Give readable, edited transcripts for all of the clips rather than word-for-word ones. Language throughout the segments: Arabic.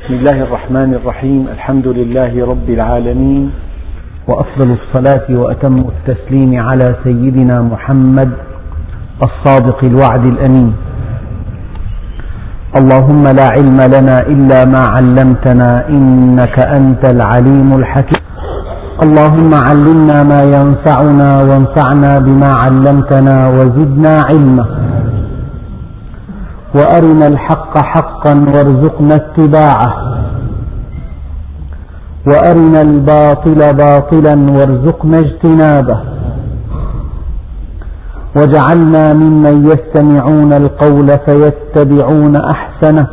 بسم الله الرحمن الرحيم. الحمد لله رب العالمين، وأفضل الصلاة وأتم التسليم على سيدنا محمد الصادق الوعد الأمين. اللهم لا علم لنا إلا ما علمتنا إنك أنت العليم الحكيم. اللهم علمنا ما ينفعنا وانفعنا بما علمتنا وزدنا علما، وأرنا الحق حقا وارزقنا اتباعه، وأرنا الباطل باطلا وارزقنا اجتنابه، واجعلنا ممن يستمعون القول فيتبعون أحسنه،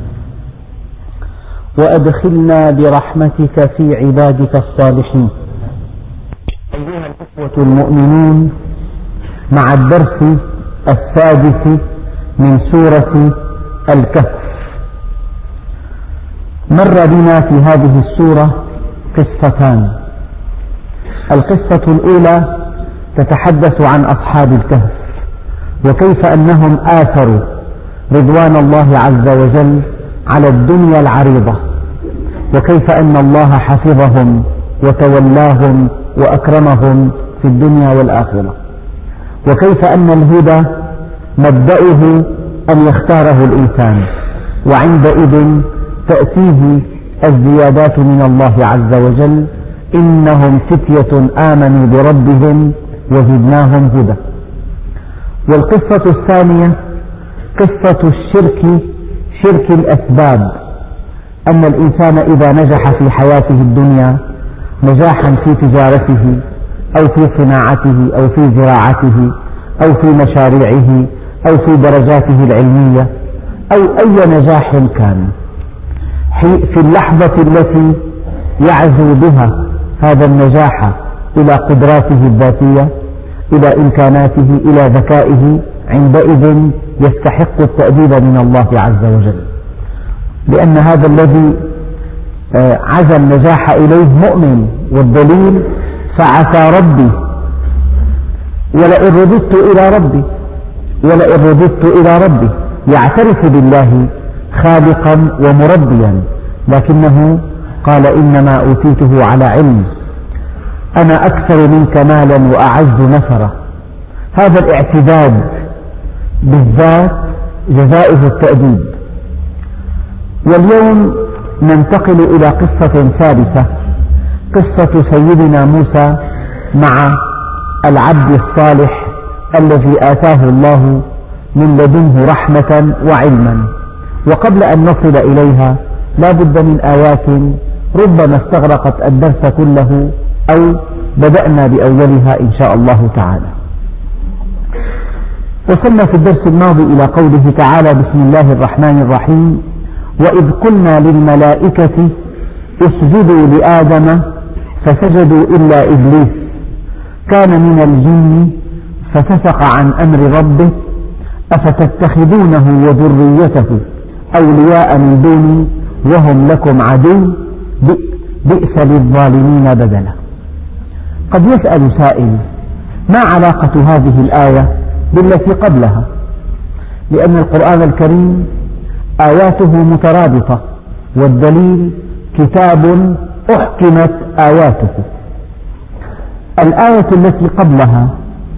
وأدخلنا برحمتك في عبادك الصالحين. أيها الإخوة المؤمنون، مع الدرس السادس من سورة الكهف. مر بنا في هذه السورة قصتان. القصة الأولى تتحدث عن أصحاب الكهف، وكيف أنهم آثروا رضوان الله عز وجل على الدنيا العريضة، وكيف أن الله حفظهم وتولاهم وأكرمهم في الدنيا والآخرة، وكيف أن الهدى مبدأه أن يختاره الإنسان، وعندئذ تأتيه الزيادات من الله عز وجل: إنهم فتية آمنوا بربهم وزدناهم هدى. والقصة الثانية قصة الشرك، شرك الأسباب، أن الإنسان إذا نجح في حياته الدنيا نجاحا في تجارته أو في صناعته أو في زراعته أو في مشاريعه أو في درجاته العلمية أو أي نجاح كان، في اللحظة التي يعزو بها هذا النجاح إلى قدراته الذاتية، إلى إمكاناته، إلى ذكائه، عندئذ يستحق التأديب من الله عز وجل، لأن هذا الذي عزى النجاح إليه مؤمن. والدليل: فعسى ربي ولئن رددت إلى ربي، يعترف بالله خالقا ومربيا، لكنه قال: إنما أوتيته على علم، أنا أكثر منك مالا وأعز نفرا. هذا الاعتداد بالذات جزاؤه التأديب. واليوم ننتقل إلى قصة ثالثة، قصة سيدنا موسى مع العبد الصالح الذي آتاه الله من لدنه رحمة وعلما. وقبل أن نصل إليها لا بد من آيات ربما استغرقت الدرس كله، أو بدأنا بأولها إن شاء الله تعالى. وصلنا في الدرس الماضي إلى قوله تعالى: بسم الله الرحمن الرحيم: وإذ قلنا للملائكة اسجدوا لآدم فسجدوا إلا إبليس كان من الجن ففسق عن أمر ربه أفتتخذونه وذريته أولياء من دوني وهم لكم عدو بئس للظالمين بدلا. قد يسأل سائل: ما علاقة هذه الآية بالتي قبلها؟ لأن القرآن الكريم آياته مترابطة، والدليل: كتاب أحكمت آياته. الآية التي قبلها: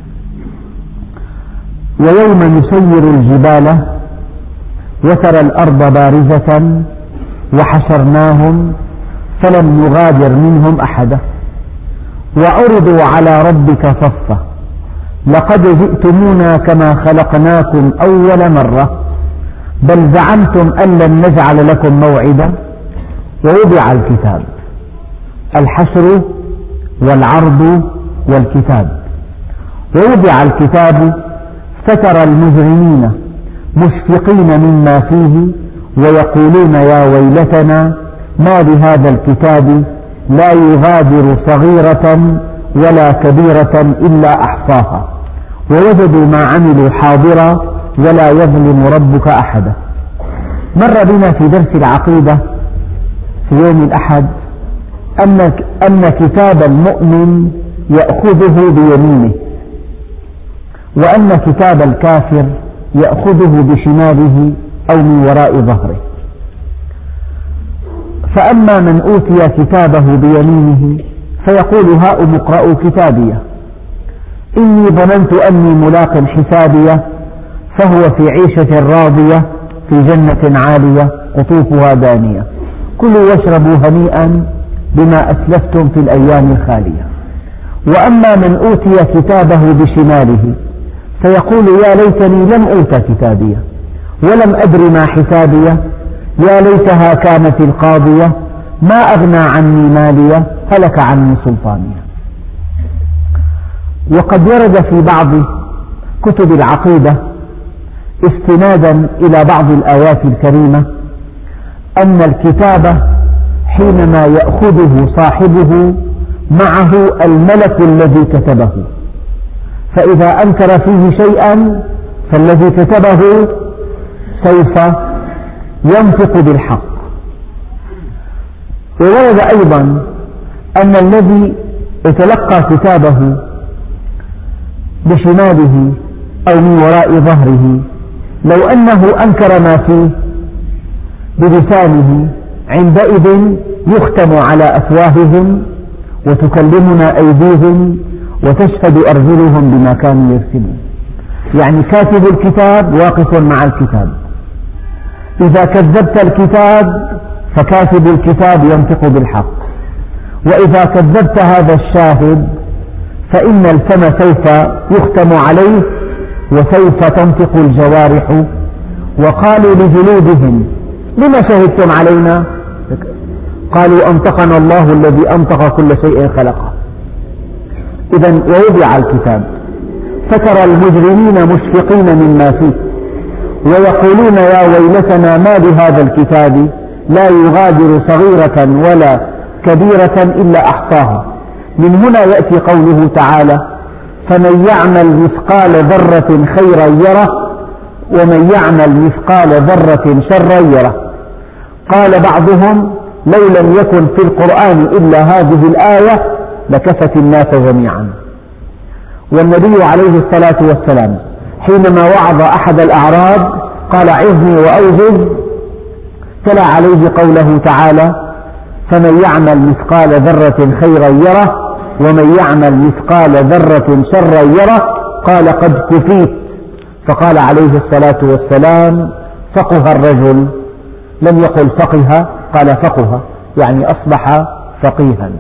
ويوم نسير الجبال وترى الأرض بارزة وحشرناهم فلم نغادر منهم أحدا وعرضوا على ربك صفا لقد جئتمونا كما خلقناكم أول مرة بل زعمتم أن لن نجعل لكم موعدا ووضع الكتاب. الحشر والعرض والكتاب. ووضع الكتاب فترى المجرمين مشفقين مما فيه ويقولون يا ويلتنا ما لهذا الكتاب لا يغادر صغيرة ولا كبيرة إلا أحصاها ووجدوا ما عملوا حاضرا ولا يظلم ربك أحدا. مر بنا في درس العقيدة في يوم الأحد أن كتاب المؤمن يأخذه بيمينه، وأن كتاب الكافر يأخذه بشماله أو من وراء ظهره. فأما من أوتي كتابه بيمينه فيقول هاؤم اقرءوا كتابيه إني ظننت أني ملاق حسابيه فهو في عيشة راضية في جنة عالية قطوفها دانية كلوا واشربوا هنيئا بما أسلفتم في الأيام الخالية. وأما من أوتي كتابه بشماله فيقول يا ليتني لم أوت كتابيه ولم أدر ما حسابيه يا ليتها كانت القاضية ما أغنى عني ماليه هلك عني سلطانيه. وقد ورد في بعض كتب العقيدة استنادا إلى بعض الآيات الكريمة أن الكتاب حينما يأخذه صاحبه معه الملك الذي كتبه، فإذا أنكر فيه شيئا فالذي كتبه سوف ينطق بالحق. وورد أيضا أن الذي يتلقى كتابه بشماله أو من وراء ظهره لو أنه أنكر ما فيه بلسانه عندئذ يختم على أفواههم وتكلمنا أيديهم وتشهد أرجلهم بما كانوا يكسبون. يعني كاتب الكتاب واقف مع الكتاب، إذا كذبت الكتاب فكاتب الكتاب ينطق بالحق، وإذا كذبت هذا الشاهد فإن الفم سوف يختم عليه وسوف تنطق الجوارح. وقالوا لجلودهم لما شهدتم علينا؟ قالوا أنطقنا الله الذي أنطق كل شيء خلقه. إذا ووضع الكتاب فترى المجرمين مشفقين مما فيه ويقولون يا ويلتنا ما لهذا الكتاب لا يغادر صغيرة ولا كبيرة إلا أحصاها. من هنا يأتي قوله تعالى فمن يعمل مثقال ذرة خيرا يره ومن يعمل مثقال ذرة شرا يره. قال بعضهم لو لم يكن في القرآن إلا هذه الآية لكفت الناس جميعا. والنبي عليه الصلاة والسلام حينما وعظ أحد الأعراب قال عظني وأوجز، تلا عليه قوله تعالى فمن يعمل مثقال ذرة خيرا يره ومن يعمل مثقال ذرة شرا يره. قال قد كفيت، فقال عليه الصلاة والسلام فقه الرجل، لم يقل فقه، قال فقه يعني أصبح فقيها.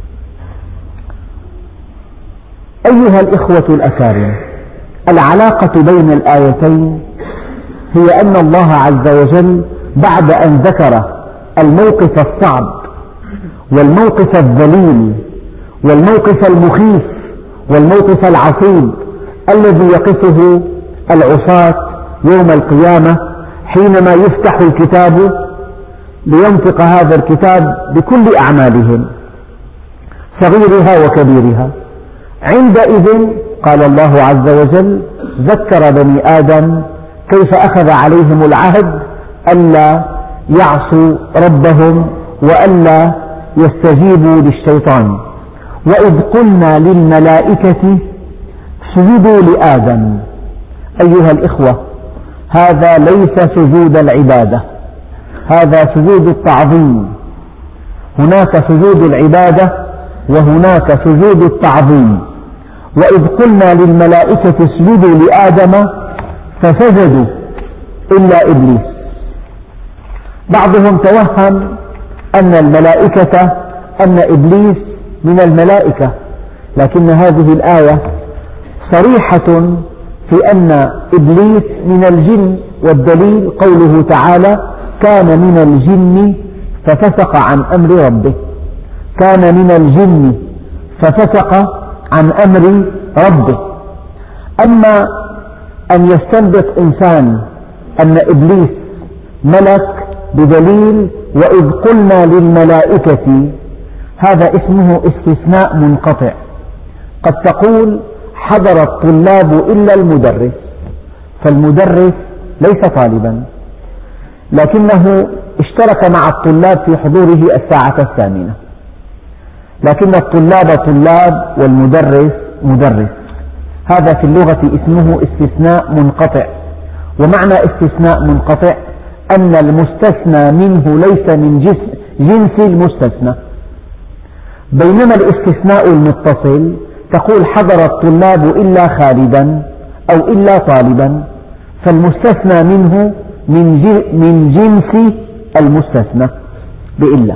أيها الإخوة الأكارم، العلاقة بين الآيتين هي أن الله عز وجل بعد أن ذكر الموقف الصعب والموقف الذليل والموقف المخيف والموقف العصيب الذي يقفه العصاة يوم القيامة حينما يفتح الكتاب لينطق هذا الكتاب بكل أعمالهم صغيرها وكبيرها، عندئذ قال الله عز وجل ذكر بني آدم كيف أخذ عليهم العهد ألا يعصوا ربهم وألا يستجيبوا للشيطان. وإذ قلنا للملائكة اسجدوا لآدم. أيها الإخوة، هذا ليس سجود العبادة، هذا سجود التعظيم. هناك سجود العبادة وهناك سجود التعظيم. وإذ قلنا للملائكة اسجدوا لآدم فسجدوا إلا إبليس. بعضهم توهم أن إبليس من الملائكة، لكن هذه الآية صريحة في أن إبليس من الجن، والدليل قوله تعالى كان من الجن ففسق عن أمر ربه. كان من الجن ففسق عن أمر ربه. أما أن يستنبط إنسان أن إبليس ملك بدليل وإذ قلنا للملائكة، هذا اسمه استثناء منقطع. قد تقول حضر الطلاب إلا المدرس، فالمدرس ليس طالبا لكنه اشترك مع الطلاب في حضوره الساعة 8، لكن الطلاب طلاب والمدرس مدرس. هذا في اللغة اسمه استثناء منقطع. ومعنى استثناء منقطع أن المستثنى منه ليس من جنس المستثنى، بينما الاستثناء المتصل تقول حضر الطلاب إلا خالدا أو إلا طالبا، فالمستثنى منه من جنس المستثنى بإلا.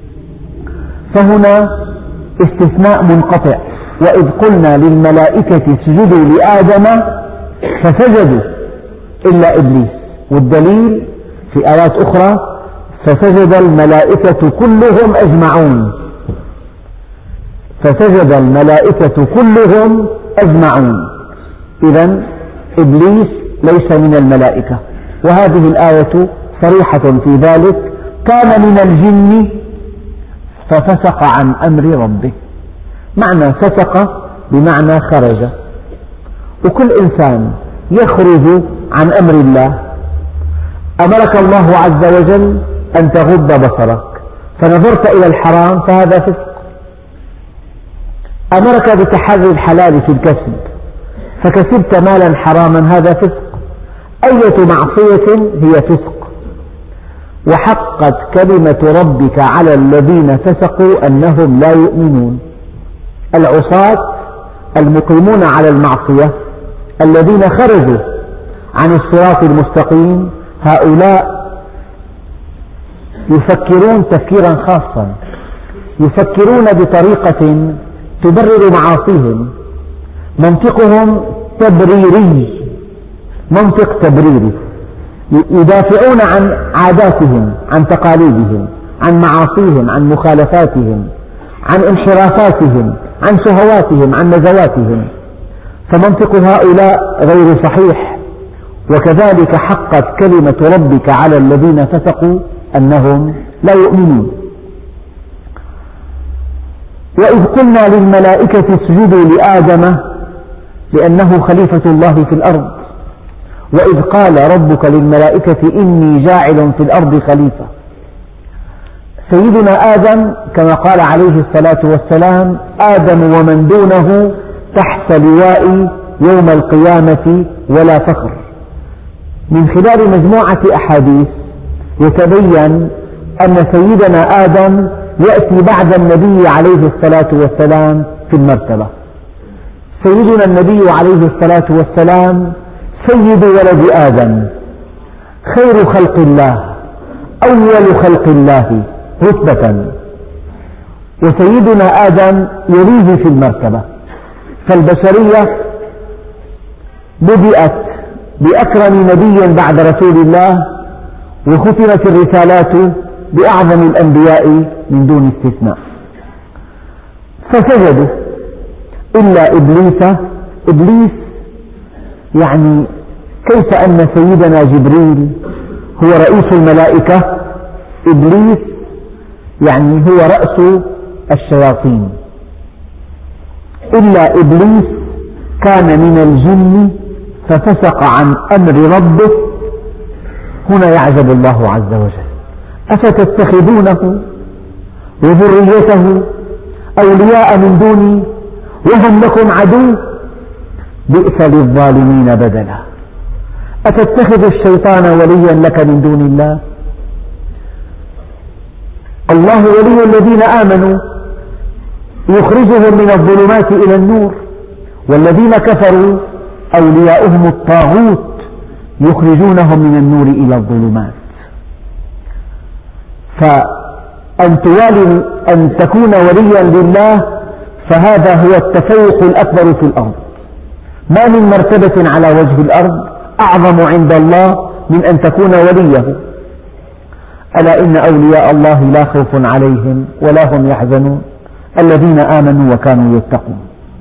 فهنا استثناء منقطع، وإذ قلنا للملائكة اسجدوا لآدم فسجدوا إلا إبليس، والدليل في آيات أخرى فسجد الملائكة كلهم أجمعون، فسجد الملائكة كلهم أجمعون، إذن إبليس ليس من الملائكة، وهذه الآية صريحة في ذلك، كان من الجن ففسق عن أمر ربه. معنى فسق بمعنى خرج، وكل إنسان يخرج عن أمر الله. أمرك الله عز وجل أن تغض بصرك فنظرت إلى الحرام فهذا فسق، أمرك بتحري الحلال في الكسب فكسبت مالا حراما هذا فسق. أية معصية هي فسق. وحقت كلمة ربك على الذين فسقوا أنهم لا يؤمنون. العصاة المقيمون على المعصية الذين خرجوا عن الصراط المستقيم هؤلاء يفكرون تفكيرا خاصا، يفكرون بطريقة تبرر معاصيهم، منطقهم تبريري، منطق تبريري، يدافعون عن عاداتهم، عن تقاليدهم، عن معاصيهم، عن مخالفاتهم، عن انحرافاتهم، عن شهواتهم، عن نزواتهم، فمنطق هؤلاء غير صحيح. وكذلك حقت كلمة ربك على الذين فسقوا أنهم لا يؤمنون. وإذ قلنا للملائكة اسجدوا لآدم لأنه خليفة الله في الأرض، وإذ قال ربك للملائكة إني جاعل في الأرض خليفة. سيدنا آدم كما قال عليه الصلاة والسلام آدم ومن دونه تحت لوائي يوم القيامة ولا فخر. من خلال مجموعة أحاديث يتبين أن سيدنا آدم يأتي بعد النبي عليه الصلاة والسلام في المرتبة. سيدنا النبي عليه الصلاة والسلام سيد ولد آدم، خير خلق الله، أول خلق الله رتبة، وسيدنا آدم يليه في المرتبة. فالبشرية بدأت بأكرم نبي بعد رسول الله، وختمت الرسالات بأعظم الأنبياء من دون استثناء. فسجدوا إلا إبليس. إبليس يعني كيف أن سيدنا جبريل هو رئيس الملائكة، إبليس يعني هو رأس الشياطين. إلا إبليس كان من الجن ففسق عن أمر ربه. هنا يعجب الله عز وجل: أفتتخذونه وذريته أولياء من دوني وهم لكم عدو بئس للظالمين بدلا. أتتخذ الشيطان وليا لك من دون الله؟ الله ولي الذين آمنوا يخرجهم من الظلمات إلى النور، والذين كفروا أولياؤهم الطاغوت يخرجونهم من النور إلى الظلمات. أن تكون وليا لله فهذا هو التفوق الأكبر في الأرض. ما من مرتبة على وجه الأرض أعظم عند الله من أن تكون وليه. ألا إن أولياء الله لا خوف عليهم ولا هم يحزنون الذين آمنوا وكانوا يتقون.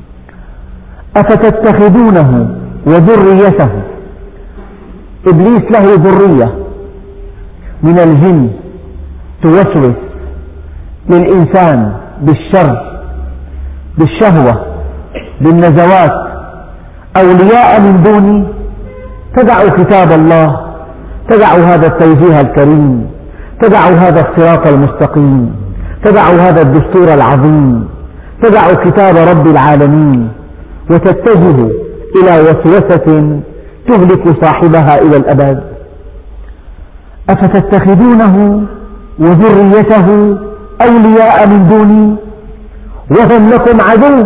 أفتتخذونه وذريته. إبليس له ذرية من الجن توسوس للإنسان بالشر، بالشهوة، بالنزوات. أولياء من دوني، تدع كتاب الله، تدع هذا التوجيه الكريم، تدع هذا الصراط المستقيم، تدع هذا الدستور العظيم، تدع كتاب رب العالمين، وتتجه إلى وسوسة تهلك صاحبها إلى الأبد. أفتتخذونه وذريته أولياء من دوني وهم لكم عدو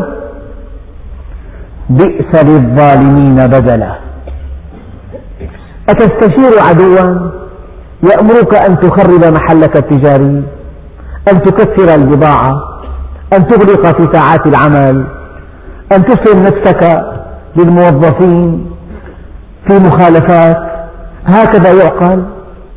بئس للظالمين بدلا. أتستشير عدوا يأمرك أن تخرب محلك التجاري، أن تكسر البضاعة، أن تغلق في ساعات العمل، أن تسلم نفسك للموظفين في مخالفات، هكذا يعقل؟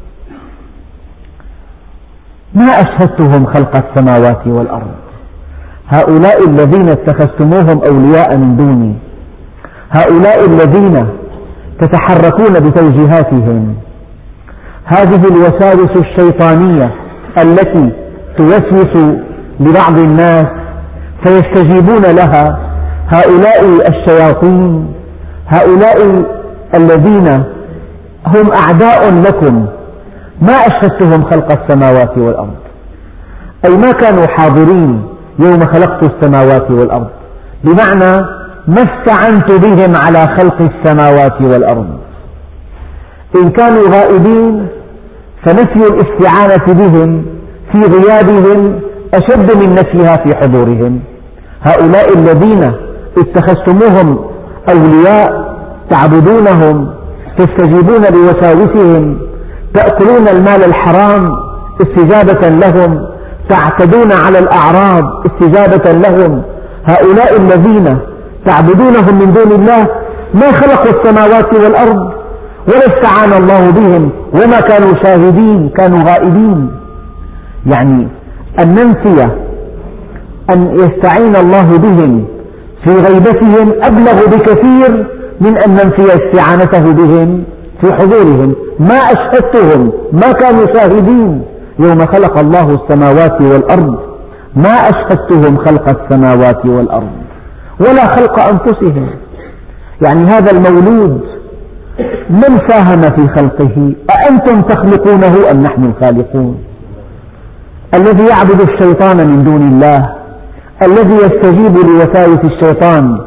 ما أشهدتهم خلق السماوات والأرض. هؤلاء الذين اتخذتموهم أولياء من دوني، هؤلاء الذين تتحركون بتوجيهاتهم، هذه الوساوس الشيطانية التي توسوس لبعض الناس فيستجيبون لها، هؤلاء الشياطين، هؤلاء الذين هم أعداء لكم، ما أشهدتهم خلق السماوات والأرض، أي ما كانوا حاضرين يوم خلقت السماوات والأرض، بمعنى ما استعنت بهم على خلق السماوات والأرض. إن كانوا غائبين فنفي الاستعانة بهم في غيابهم أشد من نفيها في حضورهم. هؤلاء الذين اتخذتموهم أولياء تعبدونهم، تستجيبون لوساوسهم، تأكلون المال الحرام استجابة لهم، تعتدون على الأعراض استجابة لهم، هؤلاء الذين تعبدونهم من دون الله ما خلقوا السماوات والأرض ولا استعان الله بهم وما كانوا شاهدين، كانوا غائبين. يعني أن ننفي أن يستعين الله بهم في غيبتهم أبلغ بكثير من أن ننفي استعانته بهم في حضورهم. ما أشهدتهم، ما كانوا شاهدين يوم خلق الله السماوات والأرض، ما أشهدتهم خلق السماوات والأرض ولا خلق أنفسهم. يعني هذا المولود من ساهم في خلقه؟ أأنتم تخلقونه أم نحن الخالقون؟ الذي يعبد الشيطان من دون الله، الذي يستجيب لوساوس الشيطان،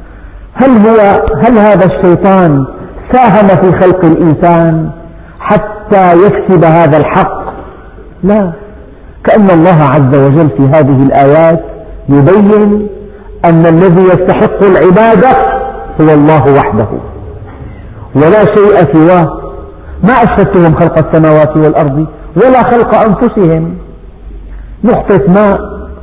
هل هذا الشيطان ساهم في خلق الإنسان حتى يكسب هذا الحق؟ لا. كأن الله عز وجل في هذه الآيات يبين أن الذي يستحق العبادة هو الله وحده ولا شيء سواه. ما أشهدتهم خلق السماوات والأرض ولا خلق أنفسهم. نقطة ماء،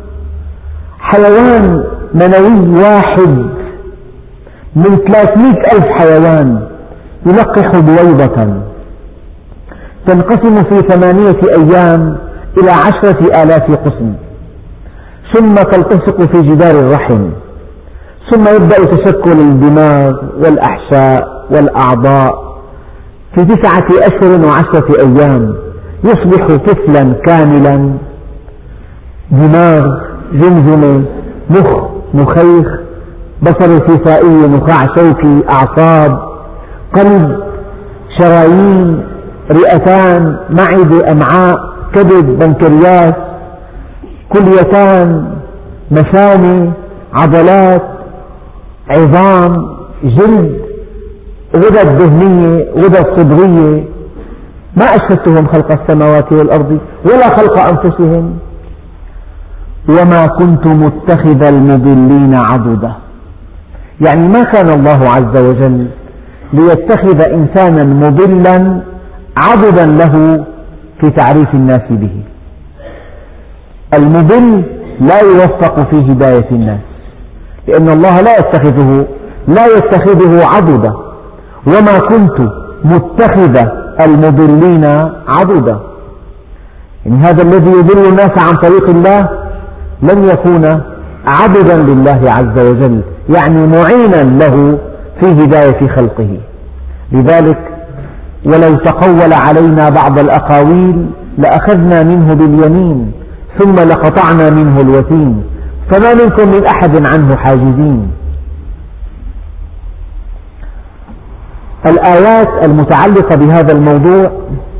حيوان منوي واحد من 300,000 حيوان يلقح بويضة تنقسم في 8 أيام إلى 10,000 قسم، ثم تلتصق في جدار الرحم، ثم يبدأ تشكل الدماغ والأحشاء والأعضاء في 9 أشهر و10 أيام، يصبح طفلا كاملا، دماغ، جمجمة، مخ، مخيخ، بصر الكفائي، نخاع شوكي، أعصاب، قلب، شرايين، رئتان، معدة، أمعاء، كبد، بنكرياس، كليتان، مثانة، عضلات، عظام، جلد، غدد دهنية، غدد صدغية. ما أشهدتهم خلق السماوات والأرض ولا خلق أنفسهم. وما كنت متخذ المضلين عضدا. يعني ما كان الله عز وجل ليتخذ إنسانا مضلا عضدا له في تعريف الناس به. المضل لا يوفق في هداية الناس، لأن الله لا يتخذه عضدا. وما كنت متخذ المضلين عضدا. يعني هذا الذي يضل الناس عن طريق الله لن يكون عضدا لله عز وجل، يعني معينا له في هداية خلقه. لذلك ولو تقول علينا بعض الأقاويل لأخذنا منه باليمين ثم لقطعنا منه الوتين فما منكم من أحد عنه حاجزين. الآيات المتعلقة بهذا الموضوع: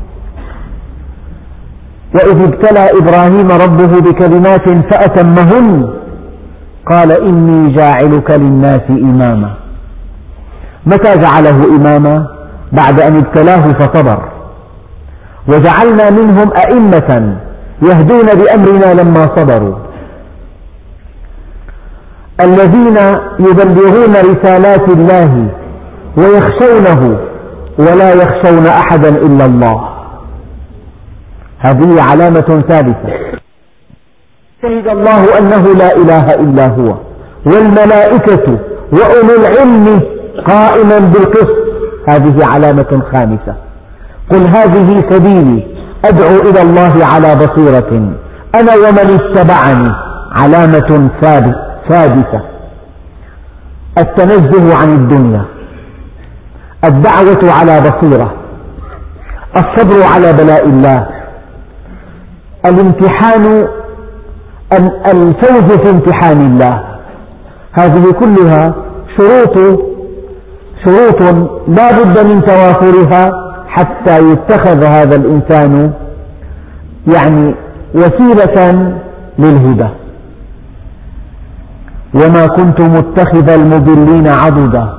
وإذ ابتلى إبراهيم ربه بكلمات فأتمهن قال إني جاعلك للناس إماما. متى جعله إماما؟ بعد أن ابتلاه فصبر. وجعلنا منهم أئمة يهدون بأمرنا لما صبروا، الذين يبلغون رسالات الله ويخشونه ولا يخشون أحدا إلا الله. هذه علامة ثالثة. شهد الله أنه لا إله إلا هو والملائكة وأولو العلم قائما بالقسط. هذه علامة خامسة. قل هذه سبيلي أدعو إلى الله على بصيرة أنا ومن اتبعني. علامة سادسة. التنزه عن الدنيا، الدعوة على بصيرة، الصبر على بلاء الله، الامتحان، الفوز في امتحان الله. هذه كلها شروط لا بد من توافرها حتى يتخذ هذا الإنسان وسيلة للهدى. وما كنت متخذ المضلين عضدا.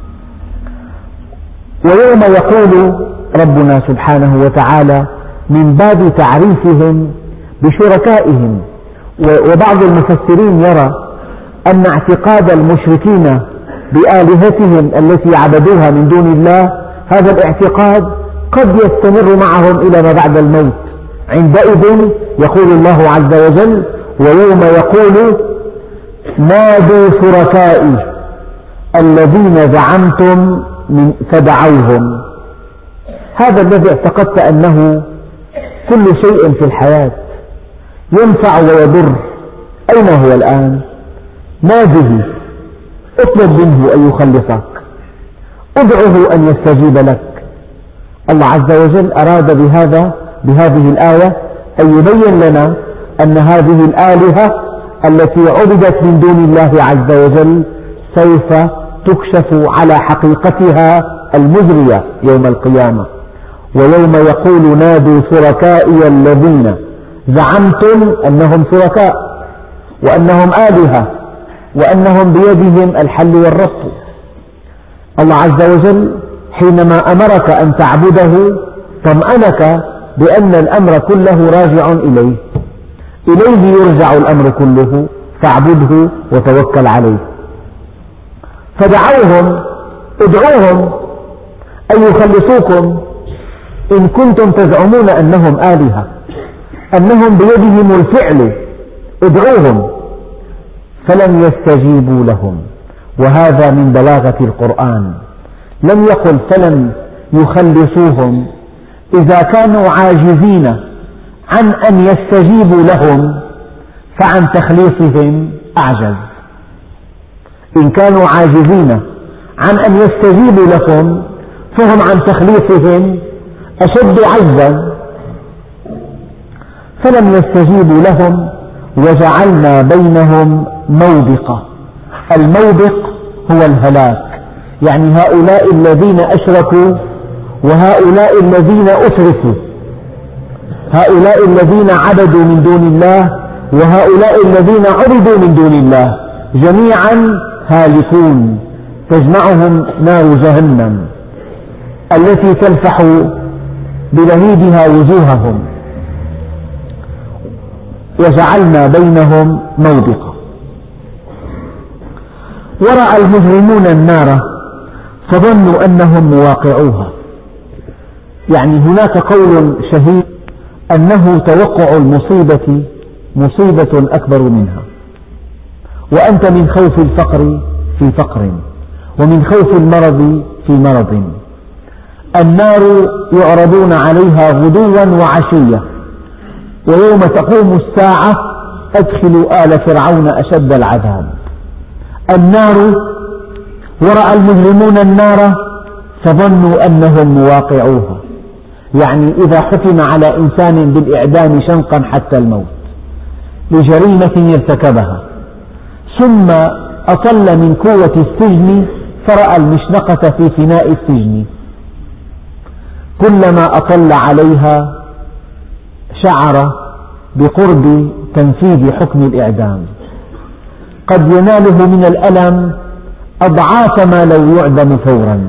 ويوم يقول ربنا سبحانه وتعالى من باب تعريفهم بشركائهم، وبعض المفسرين يرى أن اعتقاد المشركين بآلهتهم التي عبدوها من دون الله، هذا الاعتقاد قد يستمر معهم إلى ما بعد الموت. عندئذ يقول الله عز وجل: ويوم يقول نادوا شركائي الذين زعمتم فدعوهم. هذا الذي اعتقدت أنه كل شيء في الحياة ينفع ويضر، أين هو الآن؟ ناديه، اطلب منه أن يخلصك، ادعه أن يستجيب لك. الله عز وجل أراد بهذه الآية أن يبين لنا أن هذه الآلهة التي عبدت من دون الله عز وجل سوف تكشف على حقيقتها المزرية يوم القيامة. ويوم يقول نادوا شركائي الذين زعمتم أنهم شركاء وأنهم آلهة وأنهم بيدهم الحل والربط. الله عز وجل حينما أمرك أن تعبده طمأنك بأن الأمر كله راجع إليه، إليه يرجع الأمر كله، فاعبده وتوكل عليه. فدعوهم، ادعوهم أن يخلصوكم إن كنتم تزعمون أنهم آلهة، أنهم بيدهم الفعل، ادعوهم. فلم يستجيبوا لهم، وهذا من بلاغة القرآن. لم يقل فلم يخلصوهم، إذا كانوا عاجزين عن أن يستجيبوا لهم فعن تخليصهم أعجز. إن كانوا عاجزين عن أن يستجيبوا لهم فهم عن تخليصهم أشد عجزا. فلم يستجيبوا لهم وجعلنا بينهم موبقة. الموبق هو الهلاك، يعني هؤلاء الذين أشركوا وهؤلاء الذين أشركوا، هؤلاء الذين عبدوا من دون الله وهؤلاء الذين عبدوا من دون الله جميعا هالكون، تجمعهم نار جهنم التي تلفح بلهيبها وجوههم. وجعلنا بينهم موبقة. ورأى المجرمون النار فظنوا أنهم مواقعوها. يعني هناك قول شهير أنه توقع المصيبة مصيبة أكبر منها، وأنت من خوف الفقر في فقر، ومن خوف المرض في مرض. النار يعرضون عليها غدوا وعشية، ويوم تقوم الساعة أدخلوا آل فرعون أشد العذاب. النار، ورأى المجرمون النار فظنوا أنهم مواقعوها، يعني إذا حكم على إنسان بالإعدام شنقا حتى الموت لجريمة ارتكبها، ثم أطل من قوة السجن فرأى المشنقة في فناء السجن، كلما أطل عليها شعر بقرب تنفيذ حكم الإعدام، قد يناله من الألم أضعاف ما لو يعدم فورا.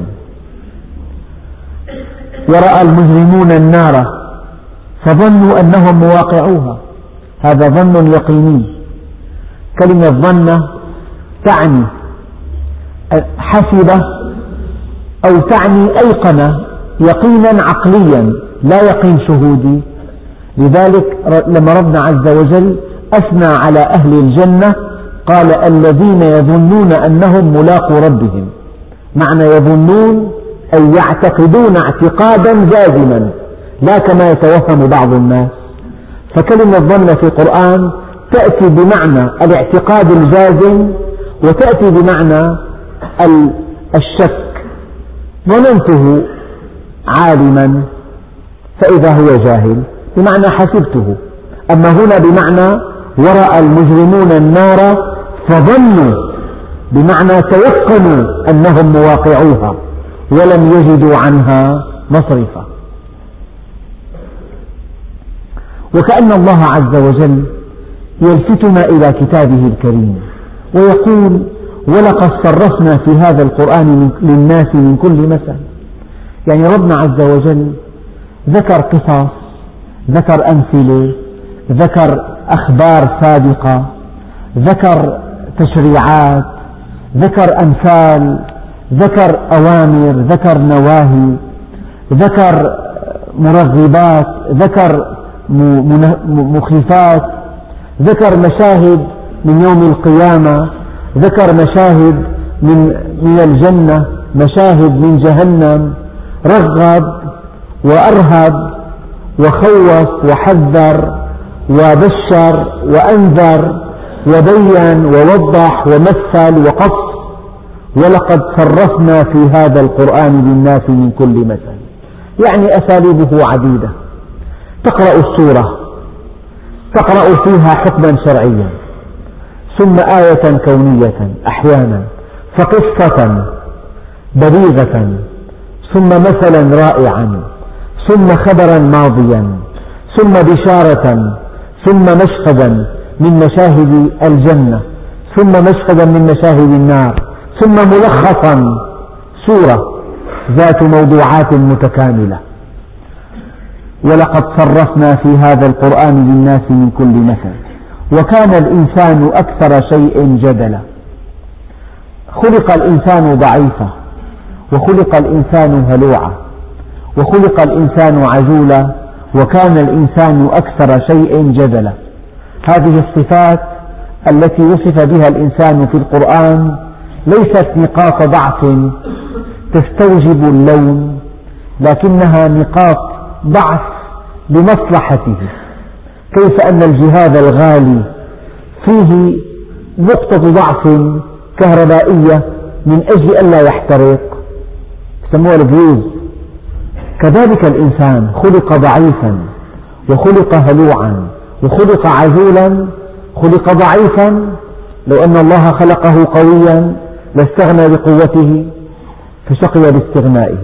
ورأى المجرمون النار فظنوا أنهم مواقعوها، هذا ظن يقيني. كلمة ظن تعني حسب أو تعني أيقن يقينا عقليا لا يقين شهودي. لذلك لما ربنا عز وجل أثنى على أهل الجنة قال الذين يظنون أنهم ملاقو ربهم. معنى يظنون أي يعتقدون اعتقادا جازما لا كما يتوهم بعض الناس. فكلمة ظن في القرآن تأتي بمعنى الاعتقاد الجازم وتأتي بمعنى الشك. ظننته عالما فإذا هو جاهل، بمعنى حسبته. أما هنا بمعنى ورأى المجرمون النار فظنوا، بمعنى تيقنوا أنهم مواقعوها ولم يجدوا عنها مصرفا. وكأن الله عز وجل يلفتنا إلى كتابه الكريم ويقول ولقد صرفنا في هذا القرآن للناس من كل مثل. يعني ربنا عز وجل ذكر قصص، ذكر أمثلة، ذكر أخبار سابقة، ذكر تشريعات، ذكر أمثال، ذكر أوامر، ذكر نواهي، ذكر مرغبات، ذكر مخيفات، ذكر مشاهد من يوم القيامة، ذكر مشاهد من الجنة، مشاهد من جهنم، رغب وأرهب وخوف وحذر وبشر وأنذر وبين ووضح ومثل وقص. ولقد صرفنا في هذا القرآن للناس من كل مثل. يعني أساليبه عديدة. تقرأ السورة تقرأ فيها حكما شرعيا، ثم آية كونية أحيانا، فقصة بليغة، ثم مثلا رائعا، ثم خبرا ماضيا، ثم بشارة، ثم مشهدا من مشاهد الجنة، ثم مشهدا من مشاهد النار، ثم ملخصا، سورة ذات موضوعات متكاملة. ولقد صرفنا في هذا القرآن للناس من كل مثل وكان الإنسان أكثر شيء جدلا. خلق الإنسان ضعيفا، وخلق الإنسان هلوعا، وخلق الإنسان عجولا، وكان الإنسان أكثر شيء جدلا. هذه الصفات التي وصف بها الإنسان في القرآن ليست نقاط ضعف تستوجب اللوم، لكنها نقاط ضعف لمصلحته. كيف أن الجهاز الغالي فيه نقطة ضعف كهربائية من أجل ألا يحترق، يسموها الفيوز. كذلك الإنسان خلق ضعيفا وخلق هلوعا وخلق عجولا، خلق ضعيفا. لو أن الله خلقه قويا لاستغنى بقوته فشقي باستغنائه.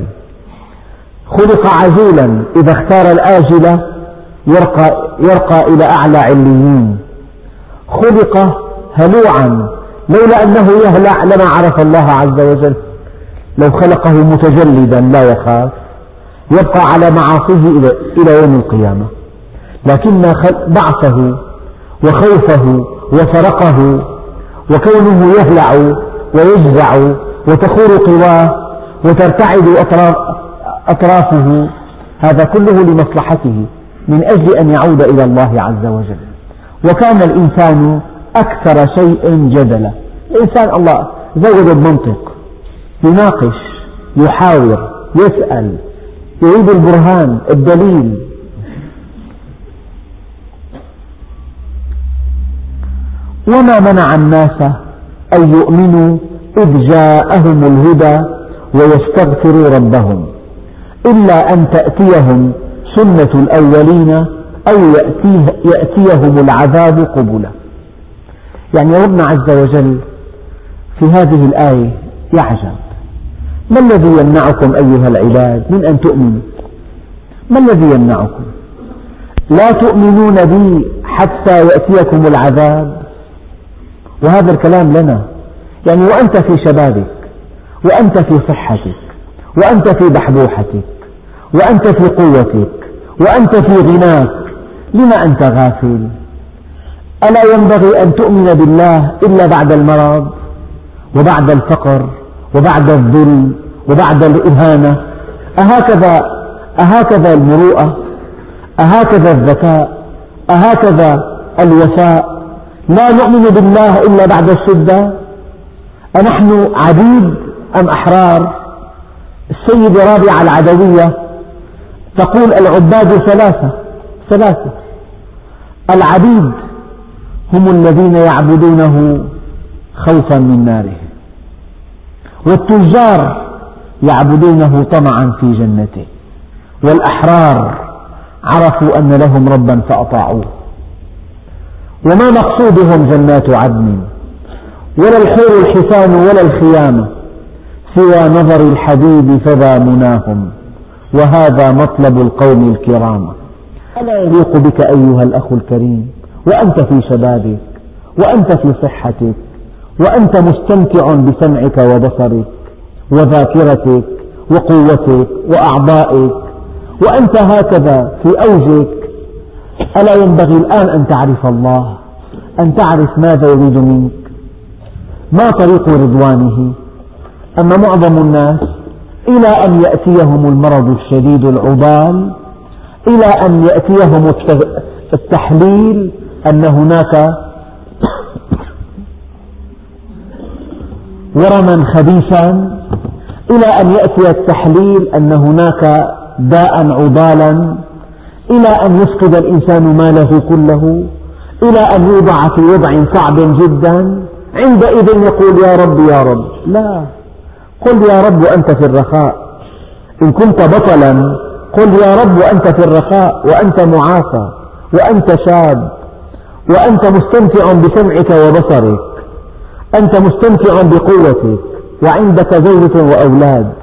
خلق عجولا، إذا اختار الآجلة يرقى إلى أعلى عليين. خلق هلوعا، لولا أنه يهلع لما عرف الله عز وجل. لو خلقه متجلدا لا يخاف يبقى على معاصيه إلى يوم القيامة، لكن ضعفه وخوفه وفرقه وكونه يهلع ويجزع وتخور قواه وترتعد أطرافه، هذا كله لمصلحته من أجل أن يعود إلى الله عز وجل. وكان الإنسان أكثر شيء جدلا. الإنسان الله زود المنطق، يناقش، يحاور، يسأل، يريد البرهان، الدليل. وما منع الناس أن يؤمنوا إذ جاءهم الهدى ويستغفروا ربهم إلا أن تأتيهم سنة الأولين أو يأتيهم العذاب قبلا. يعني ربنا عز وجل في هذه الآية يعجب: ما الذي يمنعكم أيها العباد من أن تؤمنوا؟ ما الذي يمنعكم؟ لا تؤمنون بي حتى يأتيكم العذاب؟ وهذا الكلام لنا، يعني وأنت في شبابك، وأنت في صحتك، وأنت في بحبوحتك، وأنت في قوتك، وأنت في غناك، لما أنت غافل؟ ألا ينبغي أن تؤمن بالله إلا بعد المرض وبعد الفقر وبعد الذل وبعد الإهانة؟ أهكذا المروءة؟ أهكذا الذكاء؟ أهكذا الوفاء؟ لا نؤمن بالله إلا بعد الشدة؟ أنحن عبيد أم أحرار؟ السيدة رابعة العدوية تقول العباد ثلاثة: العبيد هم الذين يعبدونه خوفا من ناره، والتجار يعبدونه طمعا في جنته، والأحرار عرفوا أن لهم ربا فأطاعوه. وما مقصودهم جنات عدن ولا الحور الحسان ولا الخيام سوى نظر الحبيب فذا مناهم، وهذا مطلب القوم الكرام. ألا يليق بك أيها الأخ الكريم وأنت في شبابك وأنت في صحتك وأنت مستمتع بسمعك وبصرك وذاكرتك وقوتك وأعضائك وأنت هكذا في أوجك، ألا ينبغي الآن أن تعرف الله، أن تعرف ماذا يريد منك، ما طريق رضوانه؟ أما معظم الناس إلى أن يأتيهم المرض الشديد العضال، إلى أن يأتيهم التحليل أن هناك ورما خبيثا، إلى أن يأتي التحليل أن هناك داء عضالا، إلى أن يفقد الإنسان ماله كله، إلى أن يوضع في وضع صعب جدا، عندئذ يقول يا رب يا رب. لا، قل يا رب وأنت في الرخاء. إن كنت بطلا قل يا رب وأنت في الرخاء وأنت معافى وأنت شاب وأنت مستمتع بسمعك وبصرك، أنت مستمتع بقوتك وعندك زوجة وأولاد.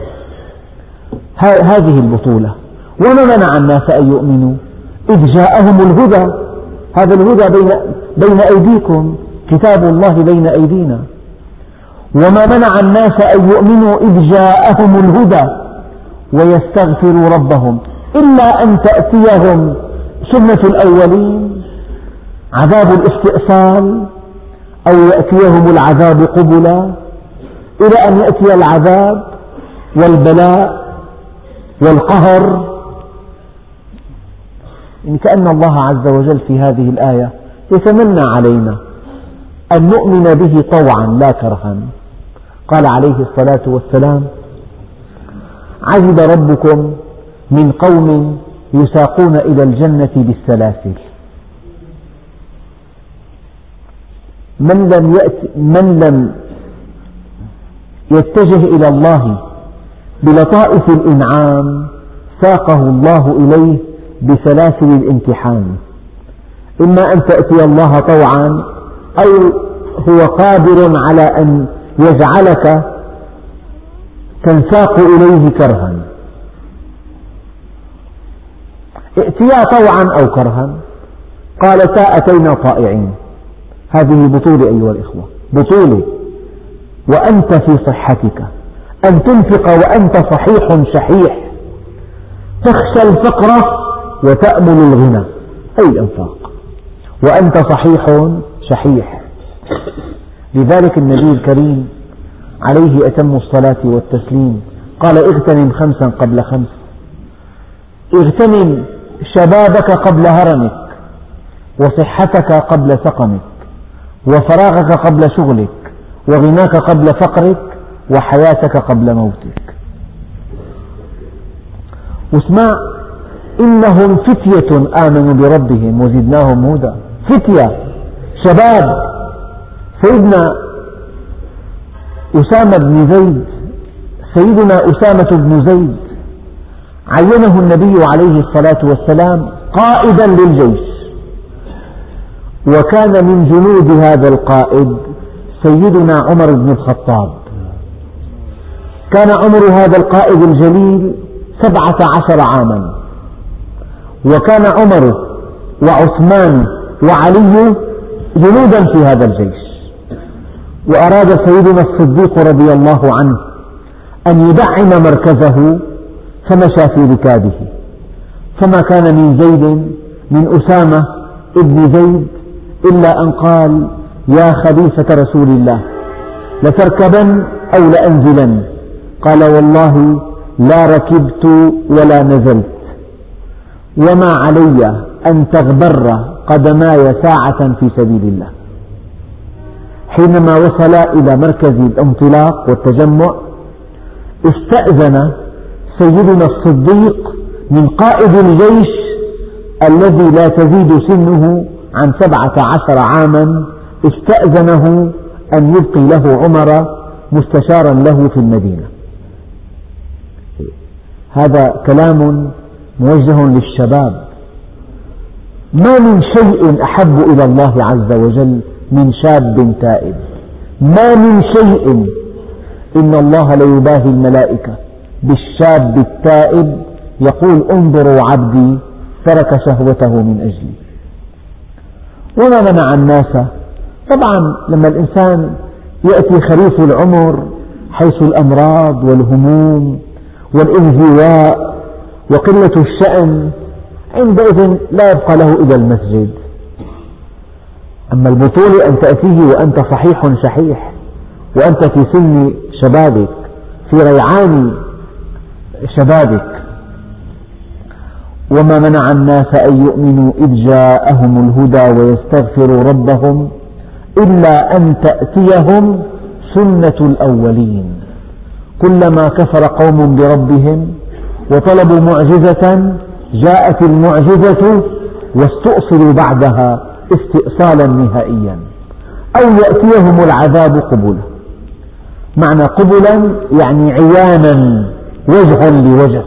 هذه البطولة. وما منع الناس أن يؤمنوا إذ جاءهم الهدى. هذا الهدى بين أيديكم، كتاب الله بين أيدينا. وما منع الناس أن يؤمنوا إذ جاءهم الهدى ويستغفروا ربهم إلا أن تأتيهم سنة الأولين، عذاب الاستئصال، أو يأتيهم العذاب قبلا، إلى أن يأتي العذاب والبلاء والقهر. إن كأن الله عز وجل في هذه الآية يتمنى علينا أن نؤمن به طوعا لا كرها. قال عليه الصلاة والسلام: عجب ربكم من قوم يساقون إلى الجنة بالسلاسل. من لم يتجه إلى الله بلطائف الإنعام ساقه الله إليه بسلاسل الامتحان، إما أن تأتي الله طوعا أو هو قادر على أن يجعلك تنساق إليه كرها. ائتيا طوعا أو كرها، قالتا أتينا طائعين. هذه بطولة أيها الإخوة، بطولة وأنت في صحتك، أن تنفق وأنت صحيح شحيح، تخشى الفقر وتأمل الغنى، أي الإنفاق وأنت صحيح شحيح. لذلك النبي الكريم عليه أتم الصلاة والتسليم قال: اغتنم 5 قبل 5، اغتنم شبابك قبل هرمك، وصحتك قبل سقمك، وفراغك قبل شغلك، وغناك قبل فقرك، وحياتك قبل موتك. واسمع: إنهم فتية آمنوا بربهم وزدناهم هدى. فتية، شباب. سيدنا أسامة بن زيد، سيدنا أسامة بن زيد عينه النبي عليه الصلاة والسلام قائدا للجيش، وكان من جنود هذا القائد سيدنا عمر بن الخطاب. كان عمر هذا القائد الجليل 17 عاما، وكان عمر وعثمان وعلي جنودا في هذا الجيش. وأراد سيدنا الصديق رضي الله عنه أن يدعم مركزه فمشى في ركابه، فما كان من زيد من أسامة ابن زيد إلا أن قال: يا خليفة رسول الله، لتركبن أو لأنزلن. قال: والله لا ركبت ولا نزلت، وما علي أن تغبر قدماي ساعة في سبيل الله. حينما وصل إلى مركز الانطلاق والتجمع، استأذن سيدنا الصديق من قائد الجيش الذي لا تزيد سنه عن 17 عاما، استأذنه أن يبقي له عمر مستشارا له في المدينة. هذا كلام موجه للشباب. ما من شيء أحب إلى الله عز وجل من شاب تائب، ما من شيء. إن الله ليباهي الملائكة بالشاب التائب، يقول: انظروا عبدي ترك شهوته من أجلي. وما منع الناس. طبعا لما الإنسان يأتي خريف العمر حيث الأمراض والهموم والانزواء وقلة الشأن، عندئذ لا يبقى له إلا المسجد. أما البطولة أن تأتيه وأنت صحيح شحيح، وأنت في سن شبابك، في ريعان شبابك. وما منع الناس أن يؤمنوا إذ جاءهم الهدى ويستغفروا ربهم إلا أن تأتيهم سنة الأولين. كلما كفر قوم بربهم وطلبوا معجزة جاءت المعجزة واستؤصلوا بعدها استئصالا نهائيا، أو يأتيهم العذاب قبلا. معنى قبلا يعني عيانا، وجها لوجه.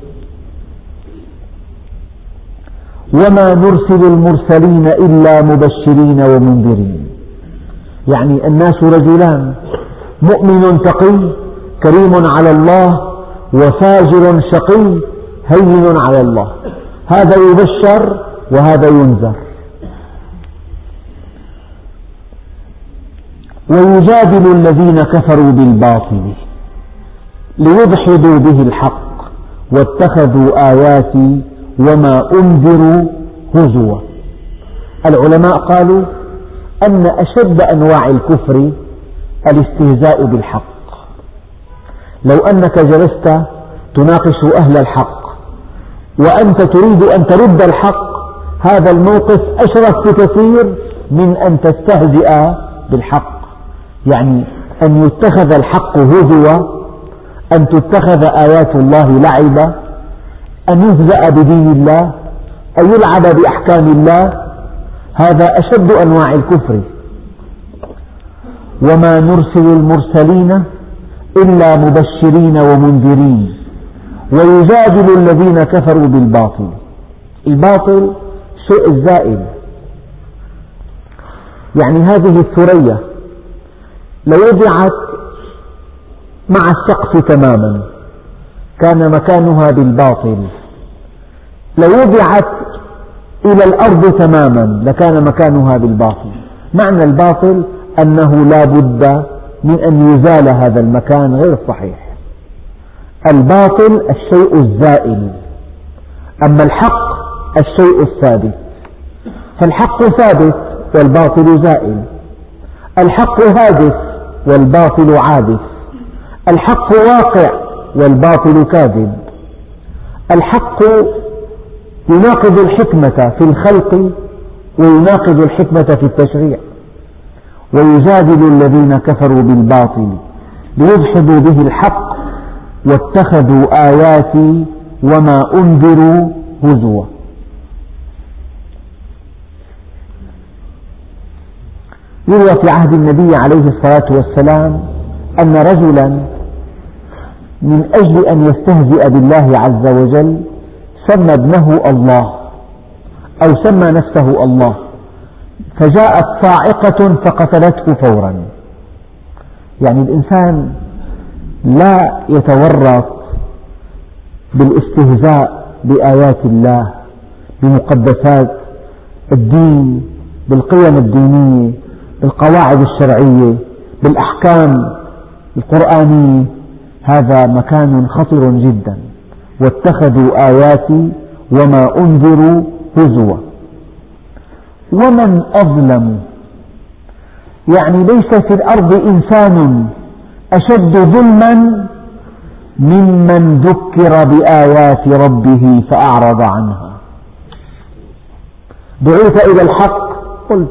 وما نرسل المرسلين إلا مبشرين ومنذرين. يعني الناس رجلان: مؤمن تقي كريم على الله، وفاجر شقي هين على الله. هذا يبشر وهذا ينذر. ويجادل الذين كفروا بالباطل ليدحضوا به الحق واتخذوا آياتي وما أنذروا هزوا. العلماء قالوا أن أشد أنواع الكفر الاستهزاء بالحق. لو أنك جلست تناقش أهل الحق وأنت تريد أن ترد الحق، هذا الموقف أشرف بكثير من أن تستهزئ بالحق. يعني أن يتخذ الحق هزوا، أن تتخذ آيات الله لعبا، أن يهزأ بدين الله، أن يلعب بأحكام الله. هذا أشد أنواع الكفر. وما نرسل المرسلين إلا مبشرين ومنذرين ويجادل الذين كفروا بالباطل. الباطل شيء الزائل. يعني هذه الثريا لو وضعت مع السقف تماما كان مكانها بالباطل، لو وضعت إلى الأرض تماما لكان مكانها بالباطل. معنى الباطل أنه لا بد من أن يزال هذا المكان غير صحيح. الباطل الشيء الزائل، أما الحق الشيء الثابت. فالحق ثابت والباطل زائل، الحق هادف والباطل عابث، الحق واقع والباطل كاذب. الحق يناقض الحكمة في الخلق ويناقض الحكمة في التشريع. ويجادل الذين كفروا بالباطل ليدحضوا به الحق واتخذوا آياتي وما أنذروا هزوا. يروى في عهد النبي عليه الصلاة والسلام أن رجلا من أجل أن يستهزئ بالله عز وجل سمى ابنه الله أو سمى نفسه الله، فجاءت صاعقة فقتلته فورا. يعني الإنسان لا يتورط بالاستهزاء بآيات الله، بمقدسات الدين، بالقيم الدينية، بالقواعد الشرعية، بالأحكام القرآنية. هذا مكان خطر جدا. واتخذوا آياتي وما أنذروا هزوا. ومن أظلم، يعني ليس في الأرض إنسان أشد ظلما ممن ذكر بآيات ربه فأعرض عنها. دعوت إلى الحق قلت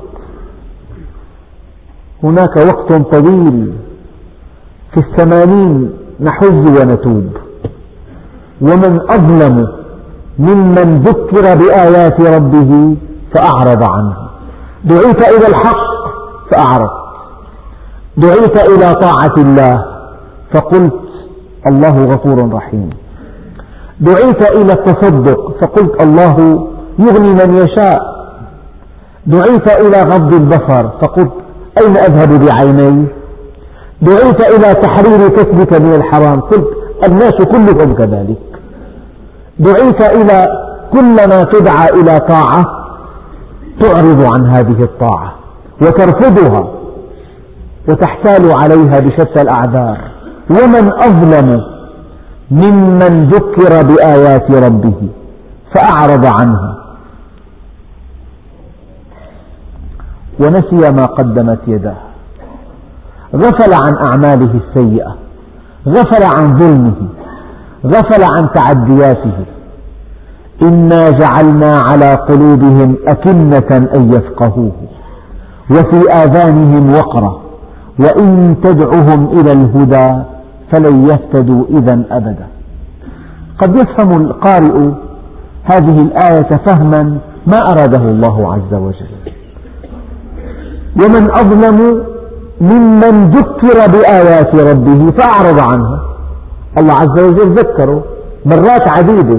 هناك وقت طويل، في 80 نحج ونتوب. ومن أظلم ممن ذكر بآيات ربه فأعرض عنها. دعيت إلى الحق فأعرضت، دعيت إلى طاعة الله فقلت الله غفور رحيم، دعيت إلى التصدق فقلت الله يغني من يشاء، دعيت إلى غض البصر فقلت أين أذهب بعيني، دعيت إلى تحرير كسبك من الحرام قلت الناس كلهم كذلك، دعيت إلى كلما تدعى إلى طاعة تعرض عن هذه الطاعة وترفضها وتحتال عليها بشتى الأعذار. ومن أظلم ممن ذكر بآيات ربه فأعرض عنها ونسي ما قدمت يداه، غفل عن أعماله السيئة، غفل عن ظلمه، غفل عن تعدياته. إنا جعلنا على قلوبهم أكنة أن يفقهوه وفي آذانهم وقرا وإن تدعهم إلى الهدى فلن يهتدوا إذا أبدا. قد يفهم القارئ هذه الآية فهما ما أراده الله عز وجل. ومن أظلم ممن ذكر بآيات ربه فأعرض عنها. الله عز وجل ذكره مرات عديدة،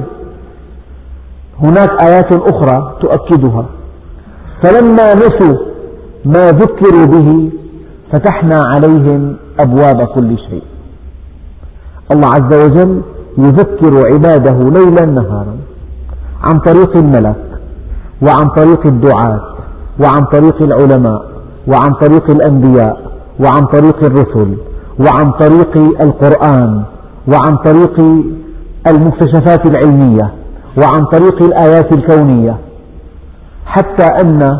هناك آيات أخرى تؤكدها، فلما نسوا ما ذكروا به فتحنا عليهم أبواب كل شيء. الله عز وجل يذكر عباده ليلا نهارا عن طريق الملك وعن طريق الدعاة وعن طريق العلماء وعن طريق الأنبياء وعن طريق الرسل وعن طريق القرآن وعن طريق المكتشفات العلمية وعن طريق الآيات الكونية، حتى أن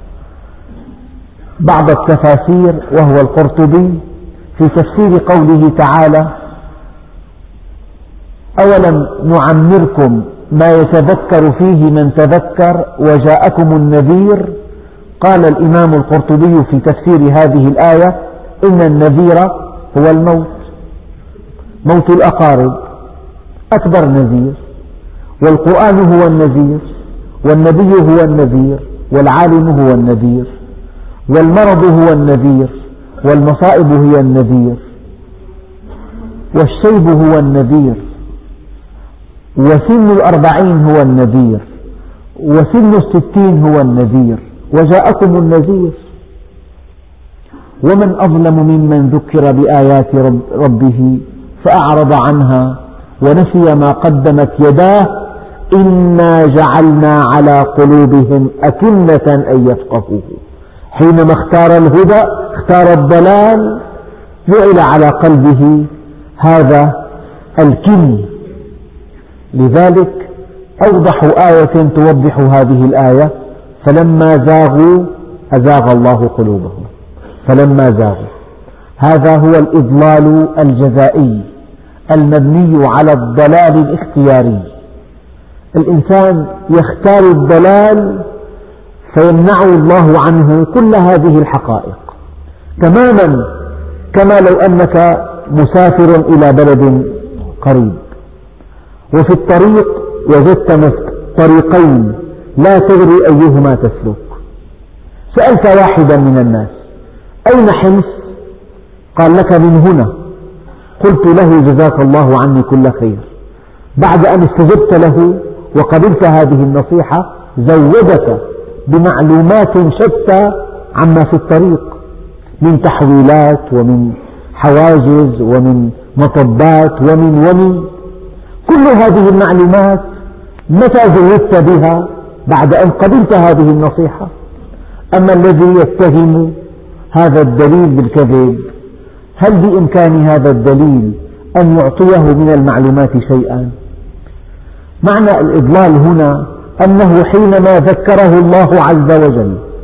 بعض التفاسير وهو القرطبي في تفسير قوله تعالى أولم نعمركم ما يتذكر فيه من تذكر وجاءكم النذير، قال الإمام القرطبي في تفسير هذه الآية إن النذير هو الموت، موت الأقارب أكبر نذير، والقرآن هو النذير، والنبي هو النذير، والعالم هو النذير، والمرض هو النذير، والمصائب هي النذير، والشيب هو النذير، وسن 40 هو النذير، وسن 60 هو النذير، وجاءكم النذير. ومن أظلم ممن ذكر بآيات ربه فأعرض عنها ونسي ما قدمت يداه إنا جعلنا على قلوبهم أكنة أن يفقهوه. حينما اختار الهدى اختار الضلال جعل على قلبه هذا الكن. لذلك أوضح آية توضح هذه الآية فلما زاغوا أزاغ الله قلوبهم. فلما زاغوا هذا هو الإضلال الجزائي المبني على الضلال الاختياري. الإنسان يختار الضلال فيمنعه الله عنه كل هذه الحقائق تماما، كما لو أنك مسافر إلى بلد قريب وفي الطريق وجدت طريقين لا تدري أيهما تسلك، سألت واحدا من الناس أين حمص؟ قال لك من هنا. قلت له جزاك الله عني كل خير، بعد أن استجبت له وقبلت هذه النصيحة زودك بمعلومات شتى عما في الطريق من تحويلات ومن حواجز ومن مطبات ومن كل هذه المعلومات متى زودت بها؟ بعد أن قبلت هذه النصيحة. أما الذي يتهم هذا الدليل بالكذب هل بإمكان هذا الدليل أن يعطيه من المعلومات شيئا؟ معنى الإضلال هنا أنه حينما ذكره الله عز وجل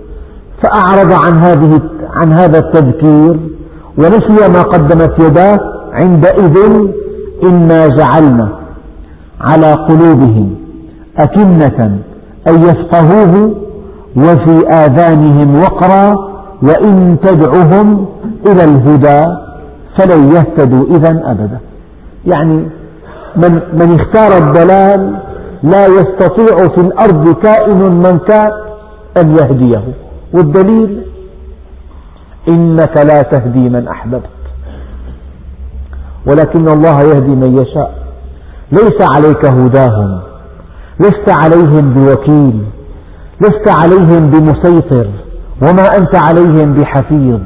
فأعرض عن هذا التذكير ونسي ما قدمت يداه. عندئذ إنا جعلنا على قلوبهم أكنة أن يفقهوه وفي آذانهم وقرا وإن تدعهم إلى الهدى فلن يهتدوا إذا أبدا. يعني من اختار الضلال لا يستطيع في الأرض كائن من كان أن يهديه، والدليل إنك لا تهدي من أحببت ولكن الله يهدي من يشاء. ليس عليك هداهم، لست عليهم بوكيل، لست عليهم بمسيطر، وما أنت عليهم بحفيظ.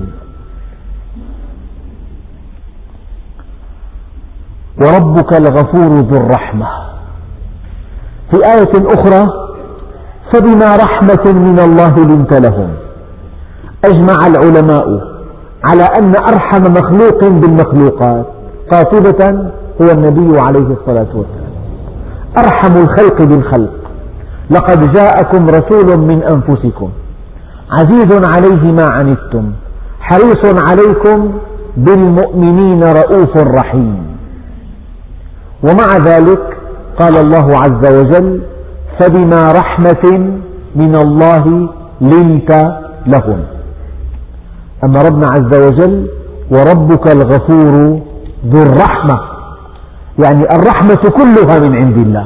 وربك الغفور ذو الرحمة. في آية أخرى فبما رحمة من الله لنت لهم. أجمع العلماء على أن أرحم مخلوق بالمخلوقات قاطبة هو النبي عليه الصلاة والسلام، أرحم الخلق بالخلق. لقد جاءكم رسول من أنفسكم عزيز عليه ما عنتم حريص عليكم بالمؤمنين رؤوف رحيم. ومع ذلك قال الله عز وجل فبما رحمة من الله لنت لهم. أما ربنا عز وجل وربك الغفور ذو الرحمة، يعني الرحمة كلها من عند الله.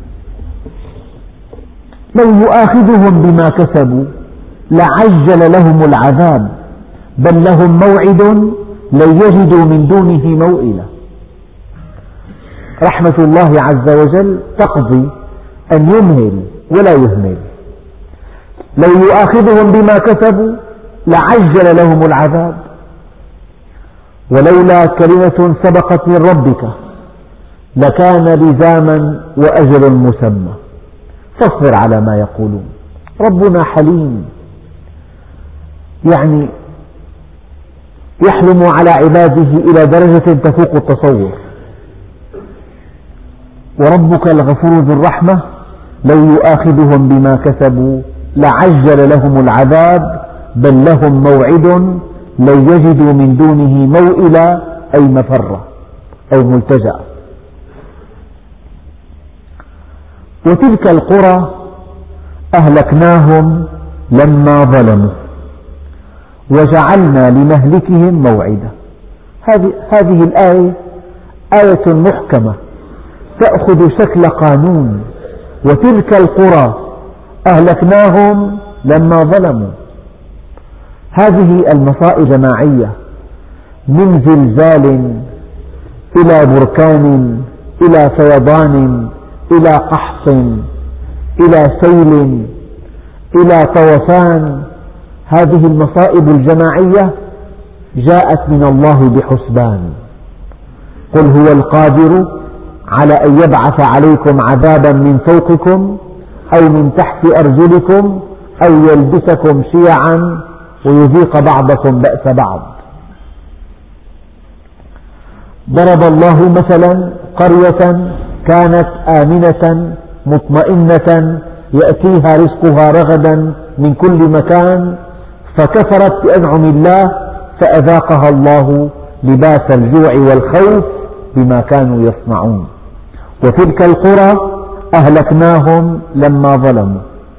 لو يؤاخذهم بما كسبوا لعجل لهم العذاب بل لهم موعد لن يجدوا من دونه موئلا. رحمة الله عز وجل تقضي أن يمهل ولا يهمل. لو يؤاخذهم بما كسبوا لعجل لهم العذاب ولولا كلمة سبقت من ربك لكان لزاما وأجل مسمى فاصبر على ما يقولون. ربنا حليم، يعني يحلم على عباده إلى درجة تفوق التصور. وربك الغفور ذو الرحمة لو يؤاخذهم بما كسبوا لعجل لهم العذاب بل لهم موعد لن يجدوا من دونه موئلا أي مفرة أو ملتجأ. وتلك القرى أهلكناهم لما ظلموا وجعلنا لمهلكهم موعدا. هذه الآية آية محكمة تأخذ شكل قانون. وتلك القرى أهلكناهم لما ظلموا. هذه المصائب جماعية، من زلزال إلى بركان إلى فيضان إلى قحط إلى سيل إلى طوفان. هذه المصائب الجماعية جاءت من الله بحسبان. قل هو القادر على أن يبعث عليكم عذابا من فوقكم أو من تحت أرجلكم أو يلبسكم شيعا ويذيق بعضكم بأس بعض. ضرب الله مثلا قرية كانت آمنة مطمئنة يأتيها رزقها رغدا من كل مكان فكفرت بأنعم الله فأذاقها الله لباس الجوع والخوف بما كانوا يصنعون. وتلك القرى أهلكناهم لما ظلموا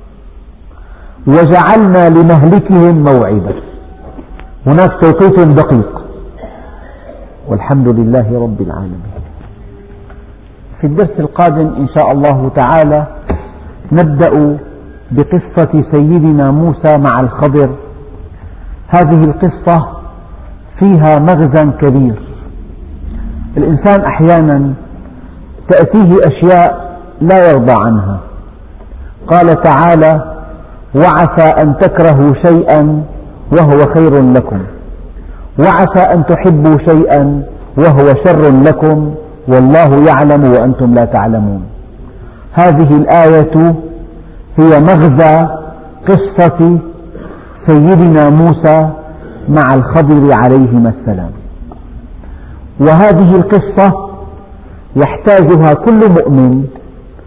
وجعلنا لمهلكهم موعدا. هناك توقيت دقيق والحمد لله رب العالمين. في الدرس القادم إن شاء الله تعالى نبدأ بقصة سيدنا موسى مع الخضر. هذه القصة فيها مغزى كبير. الإنسان أحيانا تأتيه أشياء لا يرضى عنها. قال تعالى وعسى أن تكرهوا شيئا وهو خير لكم وعسى أن تحبوا شيئا وهو شر لكم والله يعلم وأنتم لا تعلمون. هذه الآية هي مغزى قصة سيدنا موسى مع الخضر عليهما السلام. وهذه القصة يحتاجها كل مؤمن،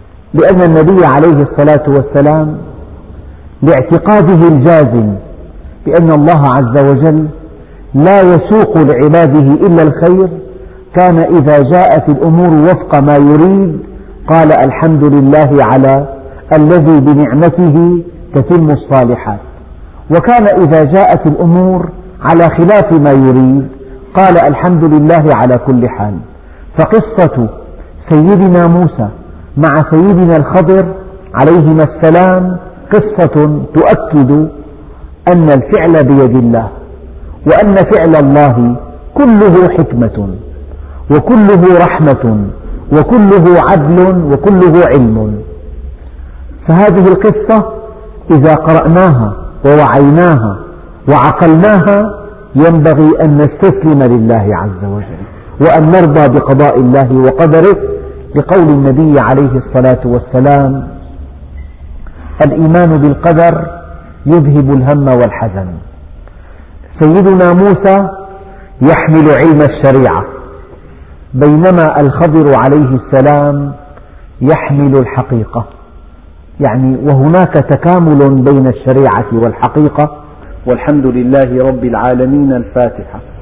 لأن النبي عليه الصلاة والسلام لاعتقاده الجازم بأن الله عز وجل لا يسوق لعباده إلا الخير، كان إذا جاءت الأمور وفق ما يريد قال الحمد لله على الذي بنعمته تتم الصالحات، وكان إذا جاءت الأمور على خلاف ما يريد قال الحمد لله على كل حال. فقصة سيدنا موسى مع سيدنا الخضر عليهما السلام قصة تؤكد أن الفعل بيد الله، وأن فعل الله كله حكمة وكله رحمة وكله عدل وكله علم. فهذه القصة إذا قرأناها ووعيناها وعقلناها ينبغي أن نستسلم لله عز وجل وأن نرضى بقضاء الله وقدره، لقول النبي عليه الصلاة والسلام: الإيمان بالقدر يذهب الهم والحزن. سيدنا موسى يحمل علم الشريعة، بينما الخضر عليه السلام يحمل الحقيقة، يعني وهناك تكامل بين الشريعة والحقيقة. والحمد لله رب العالمين. الفاتحة.